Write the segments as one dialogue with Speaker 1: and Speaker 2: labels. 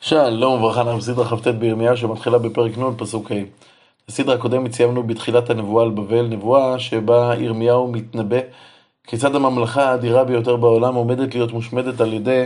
Speaker 1: שלום וברכה, אנחנו בסדרה כ"ט בירמיה שמתחילה בפרק נ' פסוק ה'. בסדרה הקודמת סיימנו בתחילת הנבואה על בבל, נבואה שבה ירמיהו מתנבא כיצד הממלכה האדירה ביותר בעולם עומדת להיות מושמדת על ידי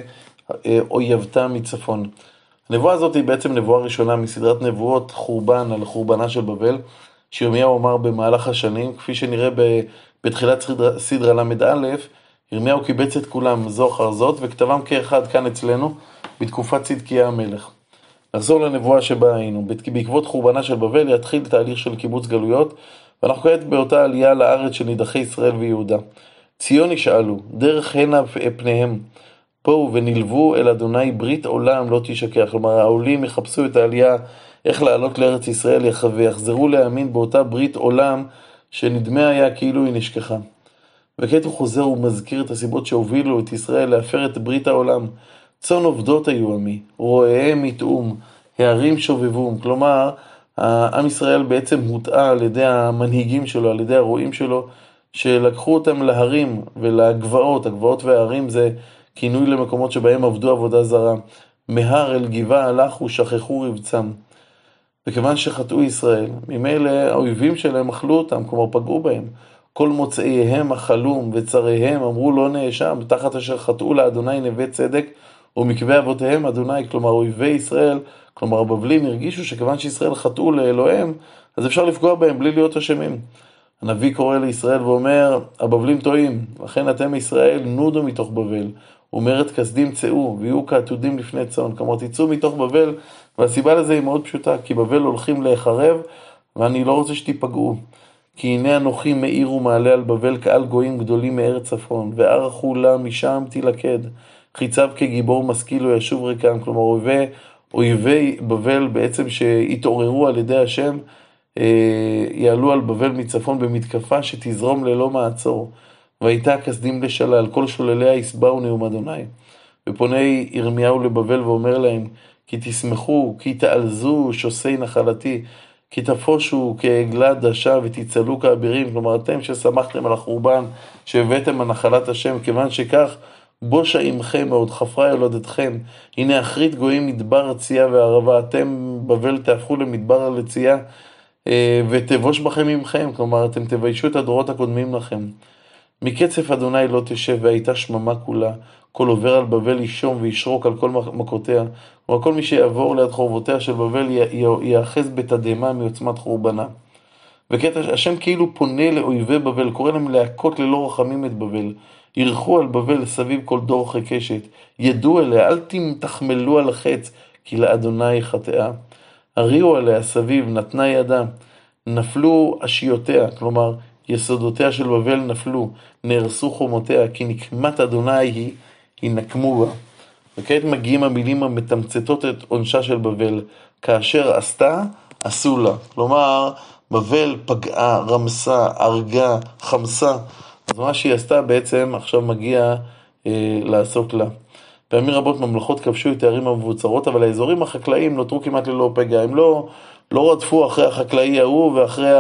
Speaker 1: אויבתה מצפון. הנבואה הזאת היא בעצם נבואה ראשונה מסדרת נבואות חורבן על חורבנה של בבל, שירמיהו אמר במהלך השנים. כפי שנראה בתחילת סדרה ל"א, ירמיהו קיבץ את כולם זו אחר זאת וכתבם כאחד כאן אצלנו בתקופת צדקיה המלך. נחזור לנבואה שבה היינו. בעקבות חורבנה של בבל יתחיל תהליך של קיבוץ גלויות, ואנחנו כעת באותה עלייה לארץ של נידחי ישראל ויהודה. ציון ישאלו, דרך הנה פניהם, בואו ונלוו אל אדוני, ברית עולם לא תשכח. כלומר, העולים יחפשו את העלייה, איך לעלות לארץ ישראל, ויחזרו להאמין באותה ברית עולם שנדמה היה כאילו היא נשכחה. וכעת הוא חוזר ומזכיר את הסיבות שהובילו את ישראל להפר את ברית העולם. צאן עובדות היו עמי, רועיהם יטעום, הערים שובבום. כלומר, עם ישראל בעצם הוטעה על ידי המנהיגים שלו, על ידי הרועים שלו, שלקחו אותם להרים ולגבעות. הגבעות והערים זה כינוי למקומות שבהם עבדו עבודה זרה. מהר אל גבעה הלכו, שכחו רבצם. וכיוון שחטאו ישראל, ממילא האויבים שלהם אכלו אותם, כלומר פגעו בהם. כל מוצאיהם החלום וצריהם אמרו לא נאשם, תחת אשר חטאו לאדוני נווה צדק ומקווה אבותיהם אדוני. כלומר, אויבי ישראל, כלומר הבבלים, הרגישו שכיוון שישראל חטאו לאלוהים, אז אפשר לפגוע בהם בלי להיות אשמים. הנביא קורא לישראל ואומר, הבבלים טועים, לכן אתם ישראל נודו מתוך בבל, ומרד כסדים צאו, ויהיו כעתודים לפני צאן. כלומר, תצאו מתוך בבל, והסיבה לזה היא מאוד פשוטה, כי בבל הולכים להיחרב, ואני לא רוצה שתיפגעו. כי הנה אנוכי מאיר ומעלה על בבל קהל גויים גדולים מארץ צפון, וערכו לה משם תילכד, חיצב כגיבור משכיל לא ישוב ריקם. כלומר, אויבי בבל בעצם שהתעוררו על ידי השם, יעלו על בבל מצפון במתקפה שתזרום ללא מעצור. והייתה כסדים לשלל, כל שולליה יסבאו נאום אדוני. ופונה ירמיהו לבבל ואומר להם, כי תשמחו, כי תעלזו שוסי נחלתי, כי תפושו כעגלה דשה ותצלו כאבירים. כלומר, אתם ששמחתם על החורבן שהבאתם על נחלת השם, כיוון שכך בושה עמכם מאוד, חפרה יולדתכם. הנה אחרית גויים מדבר הצייה וערבה, אתם בבל תהפכו למדבר הלצייה ותבוש בכם עמכם. כלומר, אתם תביישו את הדורות הקודמים לכם. מקצף אדוני לא תשב, והייתה שממה כולה. כל עובר על בבל ישום וישרוק על כל מכותיה. כלומר, כל מי שיעבור ליד חורבותיה של בבל יאחז בתדהמה מעוצמת חורבנה. וכעת השם כאילו פונה לאויבי בבל, קורא להם להכות ללא רחמים את בבל. ירחו על בבל סביב כל דור חקשת, ידעו אליה, אל תחמלו על החץ, כי לאדוני חטאה. הריעו עליה סביב, נתנה ידה, נפלו אשיותיה. כלומר, יסודותיה של בבל נפלו, נהרסו חומותיה, כי נקמת אדוני היא נקמו בה. וכעת מגיעים המילים המתמצתות את עונשה של בבל, כאשר עשתה, עשו לה. כלומר, בבל פגעה, רמסה, הרגה, חמסה. אז מה שהיא עשתה בעצם עכשיו מגיע לעשות לה. פעמים רבות ממלכות כבשו את הערים המבוצרות, אבל האזורים החקלאיים נותרו כמעט ללא פגע. הם לא רדפו אחרי החקלאי ההוא ואחרי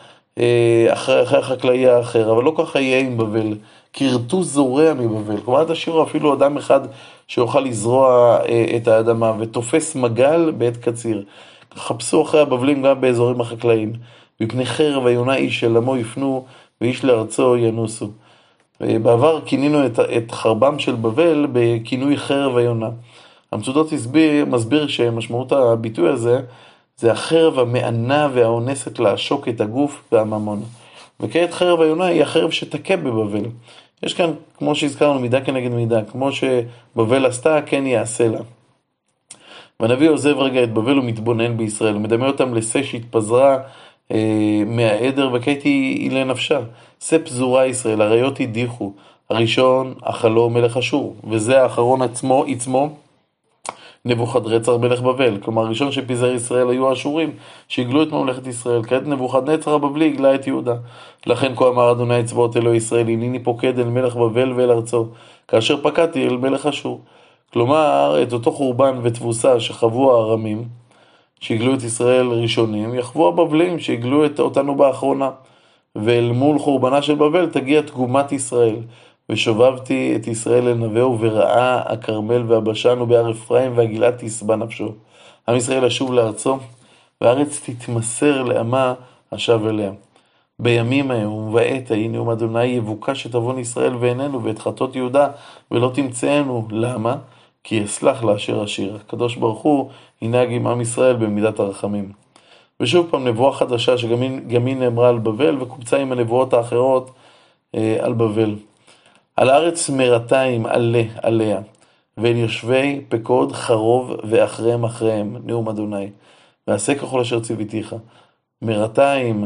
Speaker 1: החקלאי האחר, אבל לא ככה יהיה עם בבל. כרתו זורע מבבל. כלומר, תשאירו אפילו אדם אחד שיוכל לזרוע את האדמה, ותופס מגל בעת קציר. חפשו אחרי הבבלים גם באזורים החקלאיים. מפני חרב היונה איש אל עמו יפנו, ואיש לארצו ינוסו. בעבר כינינו את חרבם של בבל בכינוי חרב היונה. המצודות מסביר שמשמעות הביטוי הזה זה החרב המענה והאונסת לעשוק את הגוף והממון. וכעת חרב היונה היא החרב שתקה בבבל. יש כאן, כמו שהזכרנו, מידה כנגד מידה. כמו שבבל עשתה, כן יעשה לה. והנביא עוזב רגע את בבל ומתבונן בישראל. הוא מדמה אותם לשה שהתפזרה מהעדר, וכעת היא לנפשה. שא פזורה ישראל, הריות הדיחו. הראשון החלום מלך אשור, וזה האחרון עצמו נבוכדנצר מלך בבל. כלומר, הראשון שפיזר ישראל היו האשורים שהגלו את ממלכת ישראל. כעת נבוכדנצר הבבלי הגלה את יהודה. לכן כה אמר אדוני צבאות אלוהי ישראל, הנני פוקד אל מלך בבל ואל ארצו, כאשר פקדתי אל מלך אשור. כלומר, את אותו חורבן ותבוסה שחוו הארמים שהגלו את ישראל ראשונים, יחוו הבבלים שהגלו אותנו באחרונה. ואל מול חורבנה של בבל תגיע תגומת ישראל. ושובבתי את ישראל לנבאו, וראה הכרמל והבשן ובהר אפרים והגלעד תשבע נפשו. עם ישראל ישוב לארצו, והארץ תתמסר לעמה השב אליה. בימים ההם ובעת ההיא נאום אדוני יבוקש את עוון ישראל ואיננו, ואת חטאות יהודה ולא תמצאנו. למה? כי יסלח לאשר אשיר. הקדוש ברוך הוא ינהג עם עם ישראל במידת הרחמים. ושוב פעם נבואה חדשה שגם היא נאמרה על בבל, וקובצה עם הנבואות האחרות על בבל. על הארץ מרתיים עליה, ואל יושבי פקוד חרוב ואחריהם אחריהם, נאום אדוני. ועשה ככל אשר ציוויתיך. מרתיים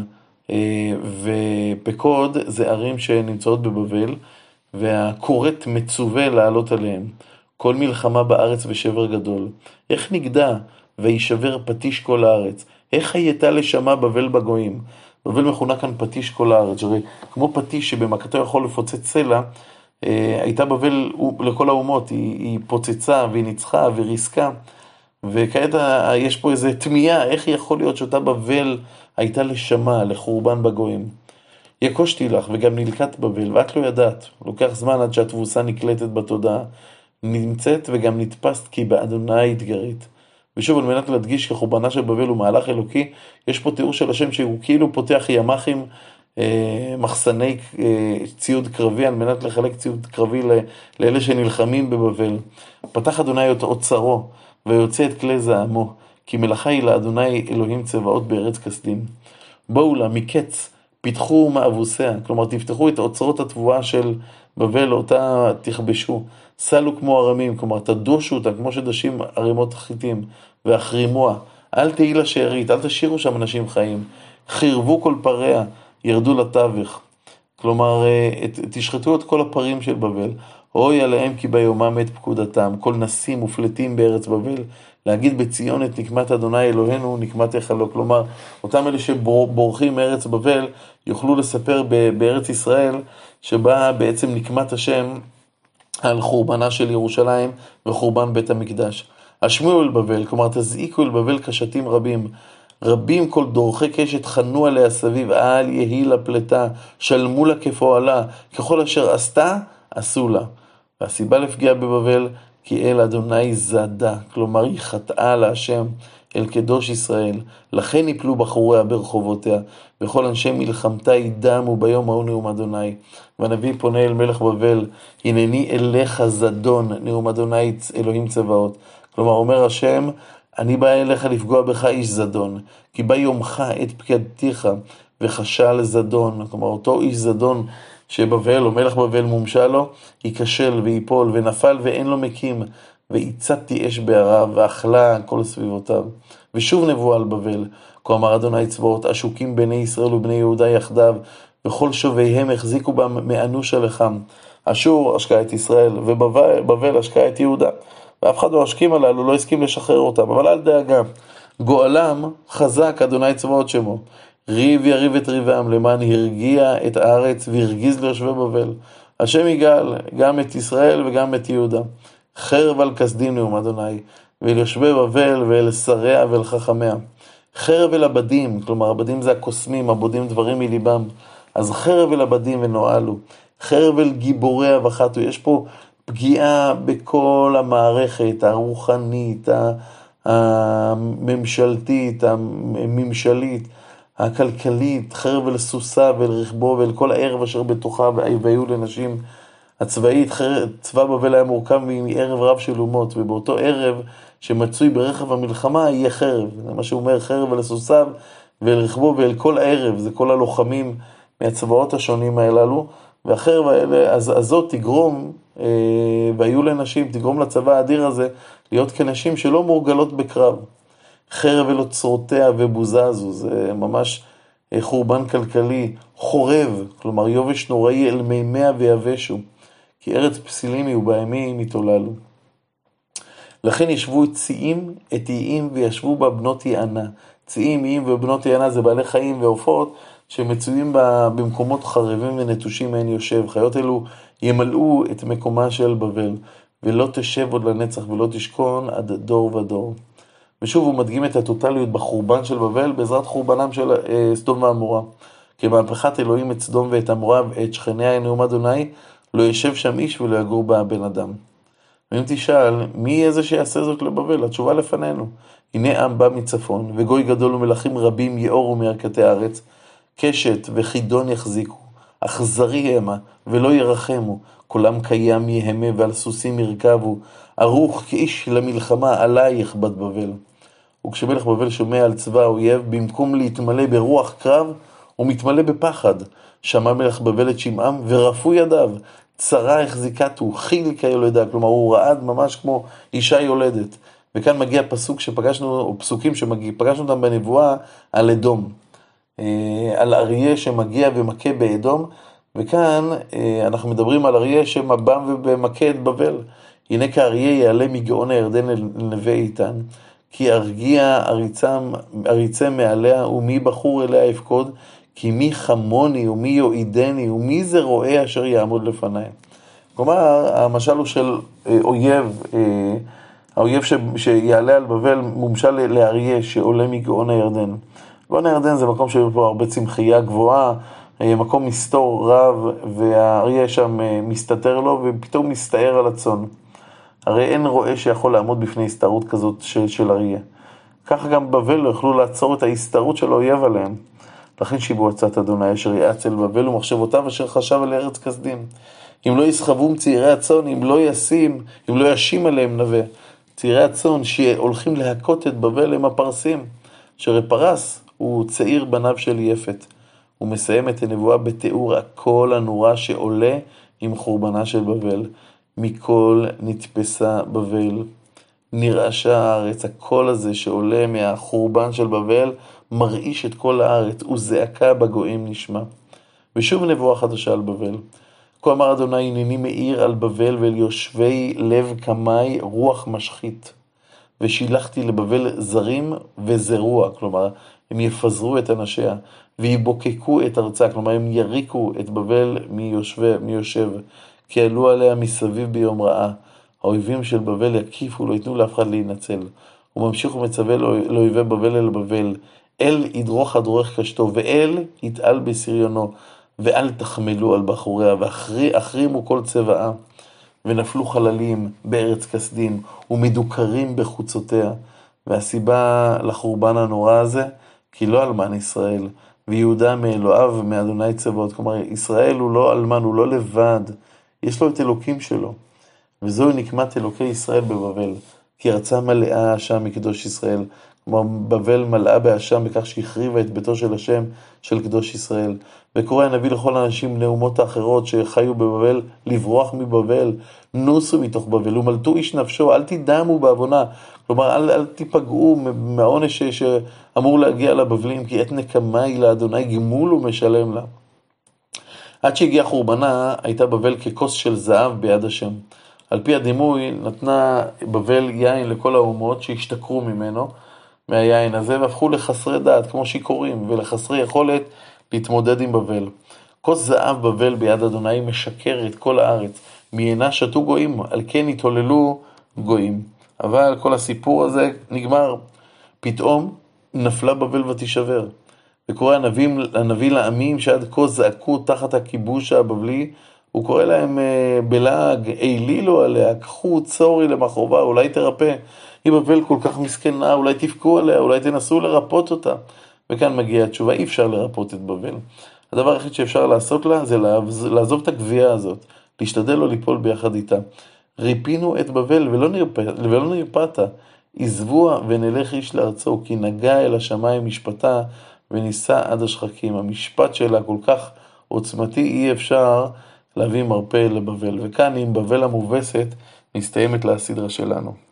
Speaker 1: ופקוד זה ערים שנמצאות בבבל, והכורת מצווה לעלות עליהם. כל מלחמה בארץ ושבר גדול. איך נגדע וישבר פטיש כל הארץ? איך הייתה לשמה בבל בגויים? בבל מכונה כאן פטיש כל הארץ. הרי כמו פטיש שבמכתו יכול לפוצץ סלע, הייתה בבל לכל האומות. היא פוצצה והיא ניצחה וריסקה. וכעת יש פה איזו תמיהה, איך יכול להיות שאותה בבל הייתה לשמה, לחורבן בגויים? יקושתי לך וגם נלקט בבל, ואת לא ידעת. לוקח זמן עד שהתבוסה נקלטת בתודעה, נמצאת וגם נתפסת כי באדוני התגרית. ושוב, על מנת להדגיש כחורבנה של בבל הוא מהלך אלוקי, יש פה תיאור של השם שהוא כאילו פותח ימחים, מחסני ציוד קרבי, על מנת לחלק ציוד קרבי לאלה שנלחמים בבבל. פתח אדוני את אוצרו, ויוצא את כלי זעמו, כי מלאכה היא לאדוני אלוהים צבאות בארץ כסדים. בואו לה מקץ, פיתחו מאבוסיה, כלומר תפתחו את אוצרות התבואה של בבל, אותה תכבשו, סלו כמו ארמים, כלומר תדושו אותה כמו שדשים ערימות חיטים, והחרימוה, אל תהי לה שארית, אל תשאירו שם אנשים חיים, חירבו כל פריה, ירדו לתווך, כלומר תשחטו את כל הפרים של בבל, אוי עליהם כי ביומם את פקודתם, כל נסים ופלטים בארץ בבל, להגיד בציון את נקמת אדוני אלוהינו, נקמת החלו. כלומר, אותם אלה שבורחים מארץ בבל, יוכלו לספר בארץ ישראל, שבה בעצם נקמת השם על חורבנה של ירושלים וחורבן בית המקדש. השמיעו אל בבל, כלומר תזעיקו אל בבל קשתים רבים, רבים כל דורכי קשת חנו עליה סביב, אל יהי לה פלטה, שלמו לה כפועלה, ככל אשר עשתה, עשו לה. והסיבה לפגיעה בבבל, כי אל אדוני זדה, כלומר היא חטאה להשם, אל קדוש ישראל, לכן יפלו בחוריה ברחובותיה, וכל אנשי מלחמתה ידמו ביום ההוא נאום אדוני. והנביא פונה אל מלך בבל, הנני אליך זדון, נאום אדוני אלוהים צבאות. כלומר אומר השם, אני בא אליך לפגוע בך איש זדון, כי בא יומך את פקדתיך, וחשל זדון, כלומר אותו איש זדון, שבבל או מלך בבל מומשה לו, ייכשל ויפול ונפל ואין לו מקים, והצתי אש בעריו ואכלה כל סביבותיו. ושוב נבואה על בבל, כה אמר אדוני צבאות, אשוקים בני ישראל ובני יהודה יחדיו, וכל שוביהם החזיקו בם מאנוש עליכם. אשור השקעה את ישראל, ובבל השקעה את יהודה. ואף אחד מהשקים הללו לא הסכים לשחרר אותם, אבל אל דאגה, גואלם חזק אדוני צבאות שמו. ריב יריב את ריבם, למען הרגיע את הארץ והרגיז ליושבי בבל. השם יגאל גם את ישראל וגם את יהודה. חרב על כסדים נאום אדוני, ואל יושבי בבל ואל שריה ואל חכמיה. חרב אל הבדים, כלומר הבדים זה הקוסמים, הבודים דברים מליבם. אז חרב אל הבדים ונועלו. חרב אל גיבוריה וחטו. יש פה פגיעה בכל המערכת הרוחנית, הממשלתית, הממשלית, הכלכלית, חרב אל סוסה ואל רכבו ואל כל הערב אשר בתוכה והיו לנשים הצבאית. צבא בבל היה מורכב מערב רב של אומות, ובאותו ערב שמצוי ברכב המלחמה יהיה חרב. זה מה שהוא אומר, חרב אל סוסיו ואל רכבו ואל כל הערב, זה כל הלוחמים מהצבאות השונים הללו, והחרב האלה, הזאת תגרום, והיו לנשים, תגרום לצבא האדיר הזה להיות כנשים שלא מורגלות בקרב. חרב אל אוצרותיה ובוזזו, זה ממש חורבן כלכלי, חורב, כלומר יובש נוראי אל מימיה ויבשו, כי ארץ פסילים היא ובהמי מתעוללו. לכן ישבו ציים, איים וישבו בה בנות יענה. ציים, איים ובנות יענה זה בעלי חיים ועופות שמצויים במקומות חרבים ונטושים אין יושב. חיות אלו ימלאו את מקומה של בבל, ולא תשב עוד לנצח ולא תשכון עד דור ודור. ושוב הוא מדגים את הטוטליות בחורבן של בבל בעזרת חורבנם של סדום ועמורה. כמהפכת אלוהים את סדום ואת עמורה ואת שכניה נאום אדוני, לא ישב שם איש ולא יגור בה בן אדם. ואם תשאל, מי יהיה זה שיעשה זאת לבבל? התשובה לפנינו. הנה עם בא מצפון, וגוי גדול ומלכים רבים יאורו מירכתי הארץ, קשת וחידון יחזיקו, אכזרי המה, ולא ירחמו, כולם קיים יהמה ועל סוסים ירכבו, ערוך כאיש למלחמה עלייך בת בבל. וכשמלך בבל שומע על צבא האויב, במקום להתמלא ברוח קרב, הוא מתמלא בפחד. שמע מלך בבל את שמעם ורפו ידיו, צרה החזיקתו, חיל כילדה, כלומר הוא רעד ממש כמו אישה יולדת. וכאן מגיע פסוק שפגשנו, או פסוקים שפגשנו אותם בנבואה על אדום. על אריה שמגיע ומכה באדום, וכאן אנחנו מדברים על אריה שמבא ומכה את בבל. הנה כאריה יעלה מגאון הירדן לנווה איתן, כי ארגיע אריצה מעליה, ומי בחור אליה יפקוד, כי מי חמוני ומי יועידני ומי זה רואה אשר יעמוד לפניי. כלומר, המשל הוא של אויב, האויב שיעלה על בבל מומשל לאריה שעולה מגאון הירדן. גאון הירדן זה מקום שיש בו הרבה צמחייה גבוהה, מקום מסתור רב, והאריה שם מסתתר לו ופתאום מסתער על הצאן. הרי אין רואה שיכול לעמוד בפני הסתערות כזאת של אריה. ככה גם בבל לא יכלו לעצור את ההסתערות של האויב עליהם. לכן שיבו עצת אדוני אשר יעץ אל בבל ומחשבותיו אשר חשב על ארץ כסדים. אם לא יסחבום צעירי הצאן, אם לא ישים עליהם נווה. צעירי הצאן שהולכים להכות את בבל הם הפרסים. שהרי פרס הוא צעיר בניו של יפת. הוא מסיים את הנבואה בתיאור הכל הנורא שעולה עם חורבנה של בבל. מכל נתפסה בבל. נרעשה הארץ, הקול הזה שעולה מהחורבן של בבל, מרעיש את כל הארץ, וזעקה בגויים נשמע. ושוב נבואה חדשה על בבל. כה אמר אדוני, הנני מאיר על בבל ואל יושבי לב קמי רוח משחית. ושילחתי לבבל זרים וזרוע, כלומר, הם יפזרו את אנשיה, ויבוקקו את ארצה, כלומר, הם יריקו את בבל מיושב, כי עלו עליה מסביב ביום רעה. האויבים של בבל יקיפו, לא ייתנו לאף אחד להינצל. הוא ממשיך ומצווה לאויבי בבל אל בבל, אל ידרוך הדורך קשתו, ואל יתעל בסריונו, ואל תחמלו על בחוריה, ואחרימו כל צבאה, ונפלו חללים בארץ כסדים, ומדוקרים בחוצותיה. והסיבה לחורבן הנורא הזה, כי לא אלמן ישראל, ויהודה מאלוהיו מאדוני צבאות. כלומר, ישראל הוא לא אלמן, הוא לא לבד, יש לו את אלוקים שלו. וזוהי נקמת אלוקי ישראל בבבל, כי ארצה מלאה האשם מקדוש ישראל. כלומר, בבל מלאה באשם בכך שהחריבה את ביתו של השם של קדוש ישראל. וקורא הנביא לכל האנשים בני אומות האחרות שחיו בבבל, לברוח מבבל, נוסו מתוך בבל, ומלטו איש נפשו, אל תדמו בעוונה. כלומר, אל תיפגעו מהעונש שאמור להגיע לבבלים, כי עת נקמה היא לאדוני, גמול הוא משלם לה. עד שהגיע חורבנה, הייתה בבל ככוס של זהב ביד השם. על פי הדימוי נתנה בבל יין לכל האומות שהשתכרו ממנו, מהיין הזה, והפכו לחסרי דעת כמו שיכורים, ולחסרי יכולת להתמודד עם בבל. כוס זהב בבל ביד אדוני משקר את כל הארץ, מעינה שתו גויים, על כן התהוללו גויים. אבל כל הסיפור הזה נגמר. פתאום נפלה בבל ותישבר. וקורא הנביא לעמים שעד כה זעקו תחת הכיבוש הבבלי, הוא קורא להם בלעג, אילילו עליה, קחו צורי למחרובה, אולי תרפא. היא בבל כל כך מסכנה, אולי תפקו עליה, אולי תנסו לרפות אותה. וכאן מגיעה התשובה, אי אפשר לרפות את בבל. הדבר הכי שאפשר לעשות לה זה לעזוב את הגבייה הזאת, להשתדל לא ליפול ביחד איתה. ריפינו את בבל ולא נרפאת, עזבוה ונלך איש לארצו, כי נגע אל השמיים משפטה וניסה עד השחקים. המשפט שלה כל כך עוצמתי, אי אפשר להביא מרפא לבבל. וכאן עם בבל המובסת מסתיימת לה הסדרה שלנו.